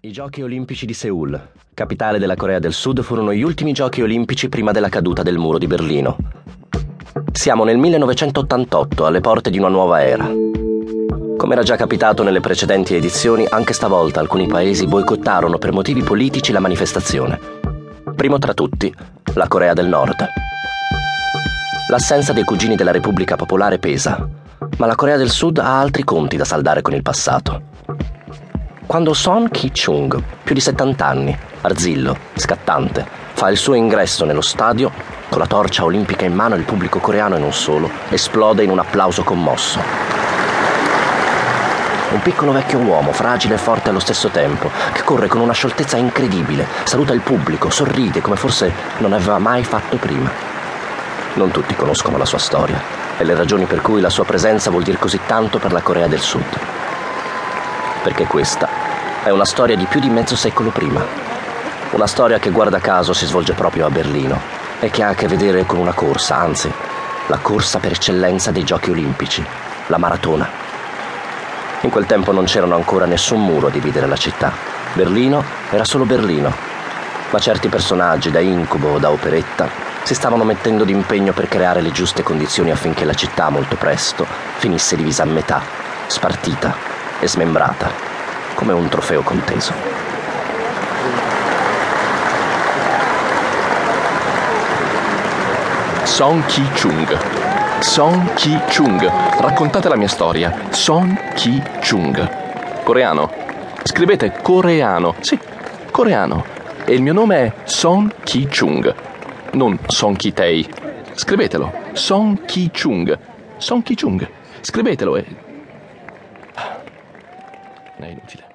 I Giochi Olimpici di Seul, capitale della Corea del Sud, furono gli ultimi Giochi Olimpici prima della caduta del muro di Berlino. Siamo nel 1988, alle porte di una nuova era. Come era già capitato nelle precedenti edizioni, anche stavolta alcuni paesi boicottarono per motivi politici la manifestazione. Primo tra tutti, la Corea del Nord. L'assenza dei cugini della Repubblica Popolare pesa, ma la Corea del Sud ha altri conti da saldare con il passato. Quando Son Ki-chung, più di 70 anni, arzillo, scattante, fa il suo ingresso nello stadio, con la torcia olimpica in mano, il pubblico coreano e non solo esplode in un applauso commosso. Un piccolo vecchio uomo, fragile e forte allo stesso tempo, che corre con una scioltezza incredibile, saluta il pubblico, sorride come forse non aveva mai fatto prima. Non tutti conoscono la sua storia e le ragioni per cui la sua presenza vuol dire così tanto per la Corea del Sud. Perché questa è una storia di più di mezzo secolo prima. Una storia che, guarda caso, si svolge proprio a Berlino e che ha a che vedere con una corsa, anzi, la corsa per eccellenza dei Giochi Olimpici, la maratona. In quel tempo non c'erano ancora nessun muro a dividere la città. Berlino era solo Berlino, ma certi personaggi, da incubo o da operetta, si stavano mettendo d'impegno per creare le giuste condizioni affinché la città molto presto finisse divisa a metà, spartita e smembrata, come un trofeo conteso. Son Ki-chung. Son Ki-chung. Raccontate la mia storia. Son Ki-chung. Coreano. Scrivete coreano. Sì, coreano. E il mio nome è Son Ki-chung. Non Son Ki-tae. Scrivetelo. Son Ki-chung. Son Ki-chung. Scrivetelo e... È inutile.